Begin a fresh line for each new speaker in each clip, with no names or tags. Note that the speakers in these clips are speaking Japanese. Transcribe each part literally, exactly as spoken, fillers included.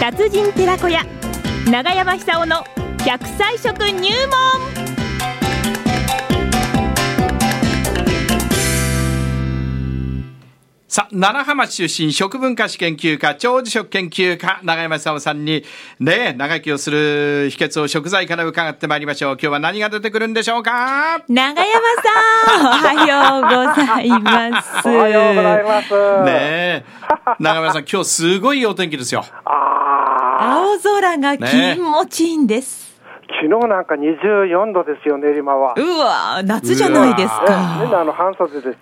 達人寺子屋長山久夫の百歳食入門。
さあ、楢葉町出身食文化史研究家長寿食研究家長山久夫さんにね、長生きをする秘訣を食材から伺ってまいりましょう。今日は何が出てくるんでしょうか。
長山さん、おはようございます。
おはようございます
ねえ、長山さん今日すごいお天気ですよ。
青空が気持ちいいんです、
ね、昨日なんかにじゅうよんどですよね、練馬は。
うわ、夏じゃないですか。
みんなあの半袖です。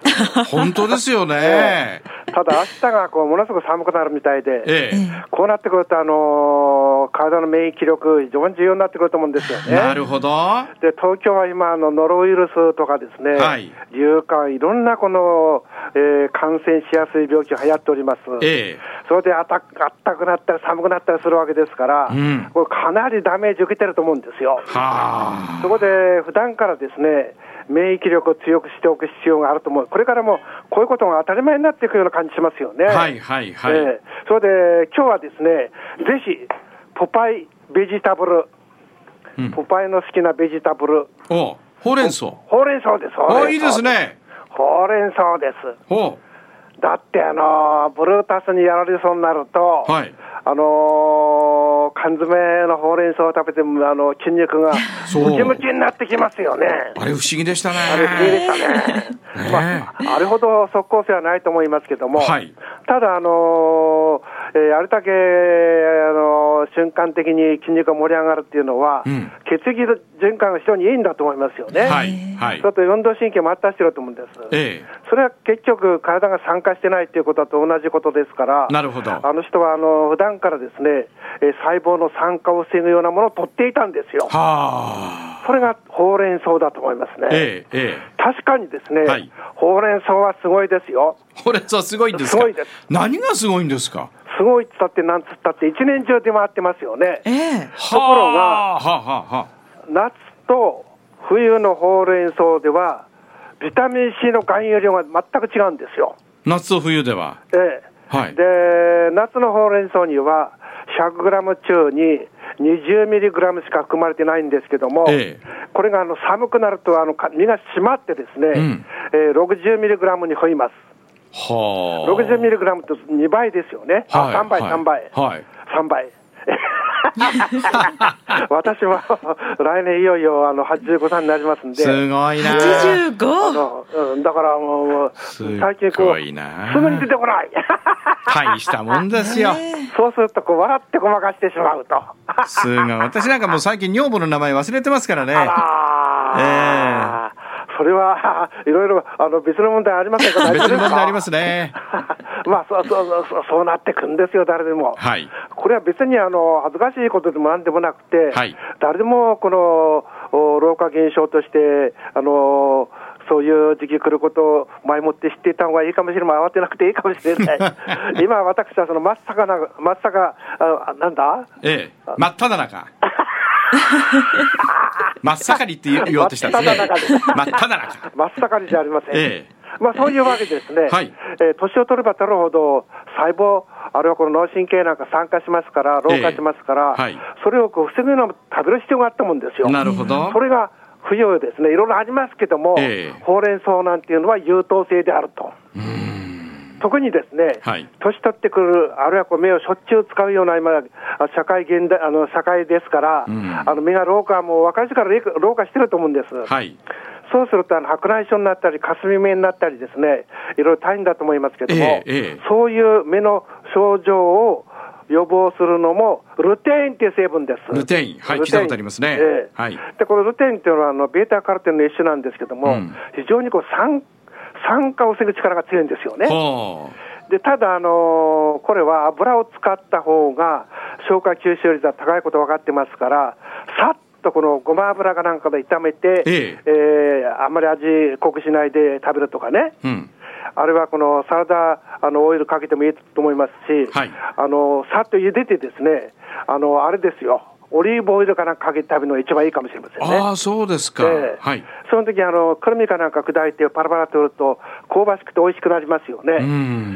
本当ですよね。
ただ明日がこうものすごく寒くなるみたいで、
ええ、
こうなってくると、あのー、体の免疫力非常に重要になってくると思うんですよね。
なるほど。で、
東京は今あのノロウイルスとかですね、はい、流感、いろんなこの、えー、感染しやすい病気が流行っております、ええ、それであた、あったくなったり寒くなったりするわけですから、うん、これかなりダメージ受けてると思うんですよ。はそこで普段からですね、免疫力を強くしておく必要があると思う。これからもこういうことが当たり前になっていくような感じしますよね。
はいはいはい、えー、
それで今日はですね、ぜひポパイベジタブル、うん、ポパイの好きなベジタブル、
おほうれん草。
ほうれん草です。
おいいですね。
ほうれん草です。
ほ
うだってあのブルータスにやられそうになると、はい、あのー、缶詰のほうれん草を食べてもあの筋肉がムキムキになってきますよね。
あれ不思議でしたね。
あれ不思議でしたね。まあ、あれほど即効性はないと思いますけども、はい、ただあのーえー、あれだけ、あのー、瞬間的に筋肉が盛り上がるっていうのは、うん、血液循環が非常にいいんだと思いますよね。はいはい、ちょっと運動神経も発達してると思うんです、ええ、それは結局体が酸化してないということと同じことですから。
なるほど。
あの人はあの普段からですね、えー、細胞の酸化を防ぐようなものを取っていたんですよ。はそれがほうれん草だと思いますね。ええええ、確かにですね、はい、ほうれん草はすごいですよ。
ほうれん草すごいんですか。
すごいです。
何がすごいんですか。
すごいっつったってなんつったって一年中出回ってますよね、えー、ところが、はあはあはあ、夏と冬のほうれん草ではビタミン C の含有量が全く違うんですよ。
夏と冬では、
えーはい、で夏のほうれん草には ひゃくグラム 中に にじゅうミリグラム しか含まれてないんですけども、えー、これがあの寒くなるとあの身が締まってですね、うんえー、ろくじゅうミリグラム に増えます。はろくじゅうミリグラム とにばいですよね、はい、さんばい、はい、さんばい、はい、さんばい私は来年いよいよあのはちじゅうごさいになりますんで。
すごいな。はちじ
ゅうご、
あの、うん、だからもう最近こうすぐに出てこない
大したもんですよ。
そうするとこう笑ってごまかしてしまうと
すごい。私なんかもう最近女房の名前忘れてますからね。
あ、えーそれはいろいろあの別の問題ありませんか。
別の問題ありますね
まあそうそうそうそうなってくんですよ、誰でも、はい、これは別にあの恥ずかしいことでもなんでもなくて、はい、誰でもこの老化現象としてあのそういう時期来ることを前もって知っていた方がいいかもしれない。慌てなくていいかもしれない今私はその真っ盛な真っ盛あなんだ
ええ真っ只中真っ盛りって言おうとしたんですね。真っ只中
真っ盛りじゃありません、ええ、まあそういうわけですね、はい、えー、年を取れば取るほど細胞あるいはこの脳神経なんか酸化しますから老化しますから、ええ、はい、それをこう防ぐような食べる必要があったもんですよ。なるほど。それが冬ですね、いろいろありますけども、ええ、ほうれん草なんていうのは優等生であると。うーん、特にですね、はい、年取ってくるあるいはこう目をしょっちゅう使うような今社会現代あの社会ですから、うん、あの目が老化もう若い時から老化してると思うんです、はい、そうするとあの白内障になったり霞目になったりですね、いろいろ大変だと思いますけども、ええええ、そういう目の症状を予防するのもルテインという成分です。
ルテイン、はい、聞いたことありますね、えーはい、
でこのルテインというのはあのベータカロテンの一種なんですけども、うん、非常にこう酸酸化を防ぐ力が強いんですよね。でただ、あのー、これは油を使った方が消化吸収率が高いこと分かってますから、さっとこのごま油かなんかで炒めて、えええー、あんまり味濃くしないで食べるとかね、うん、あるいはこのサラダあのオイルかけてもいいと思いますし、はい、あのさっと茹でてですね、あのあれですよ、 オリーブオイルかなんかかけて食べるのが一番いいかもしれませんね。
ああ、そうですか。えー、はい。
その時あのくるみかなんか砕いてパラパラとると香ばしくて美味しくなりますよね。うん、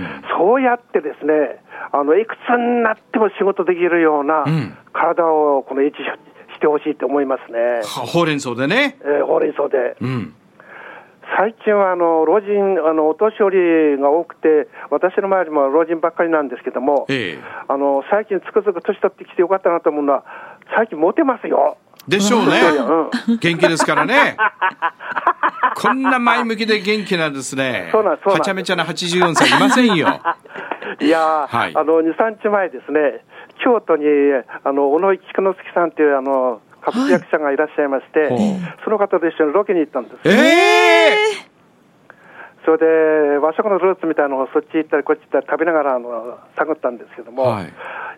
そうやってですね、あのいくつになっても仕事できるような体をこの維持してほしいと思いますね。
ほうれん草でね。
えー、ほうれん草で。
うん、
最近はあの老人、あのお年寄りが多くて、私の周りも老人ばっかりなんですけども、えー、あの最近つくづく年取ってきてよかったなと思うのは、最近モテますよ。
でしょうね。うん、元気ですからね。こんな前向きで元気なんですね。
そうなんです。
はちゃめちゃなはちじゅうよんさいいませんよ。
いやー、はい、あのに、さんにちまえですね、京都にあの尾上菊之助さんというあの歌舞伎役者がいらっしゃいまして、はい、その方と一緒にロケに行ったんです。
えー
それで和食のルーツみたいなのをそっち行ったりこっち行ったり食べながらあの探ったんですけども、はい、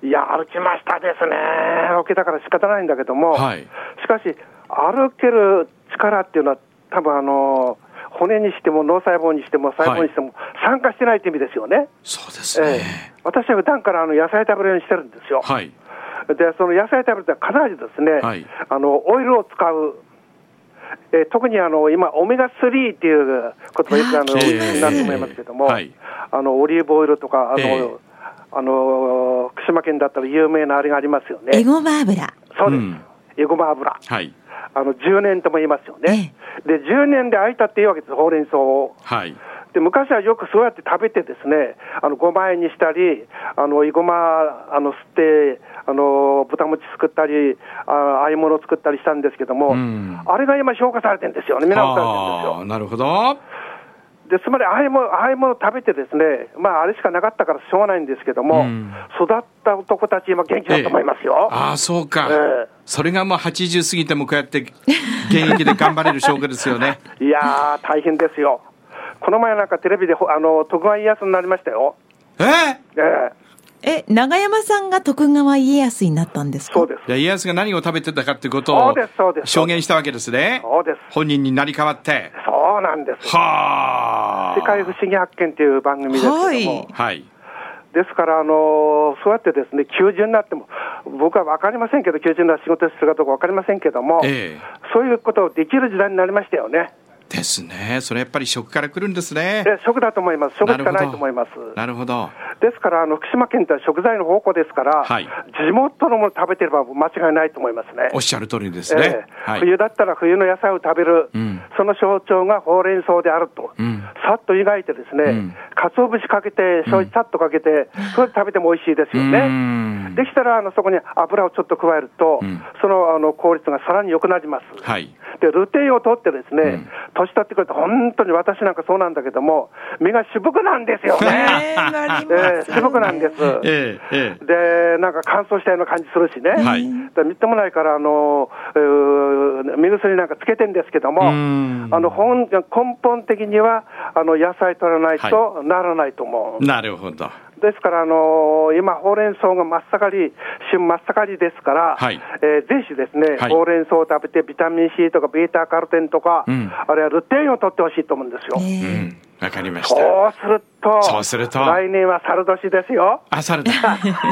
いや歩きましたですね。ロケだから仕方ないんだけども、はい、しかし歩ける力っていうのは多分あの骨にしても脳細胞にしても細胞にしても酸化してないという意味ですよね。
そうですね、
えー、私は普段からあの野菜食べるようにしてるんですよ。はい、でその野菜食べると必ずですね、はい、あのオイルを使う。えー、特にあの今オメガスリーっていう言葉よくあのになると思いますけども、はい、あのオリーブオイルとかあの、えー、あの福島県だったら有名なあれがありますよね。
エゴマ油。
そうです、うん、エゴマ油、はい、あのじゅうねんとも言いますよね、えー、でじゅうねんで空いたっていうわけです、ほうれん草を、はい、で昔はよくそうやって食べてですね、あのごまえにしたり、あのエゴマあの吸ってあの豚餅作ったりああいうものを作ったりしたんですけども、うん、あれが今評価されてるんですよね。見直されてるんですよ。
あ、なるほど。
でつまりああいうもの、ああいうもの食べてですね、まああれしかなかったからしょうがないんですけども、うん、育った男たち今元気だと思いますよ。
ええ、ああそうか、えー、それがもうはちじゅう過ぎてもこうやって現役で頑張れる証拠ですよね。
いやー大変ですよ。この前なんかテレビであの徳川家康になりましたよ。
えー、
えーえ、長山さんが徳川家康になったんですか？
そうです。
家康が何を食べてたかということを証言したわけですね。
そうです。
本人になり変わって。
そうなんです。
は
世界不思議発見という番組ですけども、はい、はい、ですから、あのそうやってですねきゅうじゅうになっても僕は分かりませんけど、きゅうじゅうになって仕事するかどうか分かりませんけども、えー、そういうことをできる時代になりましたよね。
ですね。それやっぱり食から来るんですね。
え食だと思います。食しかないと思います。
なるほど。
ですからあの福島県って食材の宝庫ですから、はい、地元のもの食べてれば間違いないと思いますね。
おっしゃる通りですね、
えーはい、冬だったら冬の野菜を食べる、うん、その象徴がほうれん草であると、うん、さっと湯がいてですね、うん、鰹節かけて醤油さっとかけて、うん、それで食べても美味しいですよね。うんできたらあのそこに油をちょっと加えると、うん、そのあの効率がさらに良くなります、はい、でルテイを取ってですね、うん、年取ってくると本当に私なんかそうなんだけども目が渋くなんですよね。えー、渋くなんです、えーえー、でなんか乾燥したような感じするしね、はい、でみっともないからあの目薬なんかつけてんですけども、あの本根本的にはあの野菜取らないとならないと思う、
はい、なるほど。
ですから、あのー、今ほうれん草が真っ盛り旬真っ盛りですから、はい、えー、ぜひですね、はい、ほうれん草を食べてビタミン C とかベータカロテンとか、うん、あるいはルテインを取ってほしいと思うんですよ。
うん、わかりました。
そうすると
そうすると
来年は猿年ですよ。
あ、猿年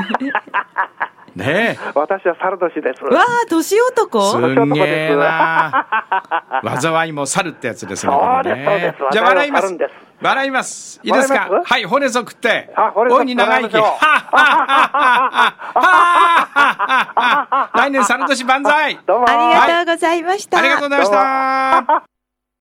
ねえ、
私は猿年です。
わあ、年男。
すんげえな。災いも猿ってやつですね。
そうです、そうです。
じゃあ笑います。笑います。いいですか。はい、ほうれん草食って。大いに長生き。来年猿年万歳。
どうもありがとうございました。
ありがとうございました。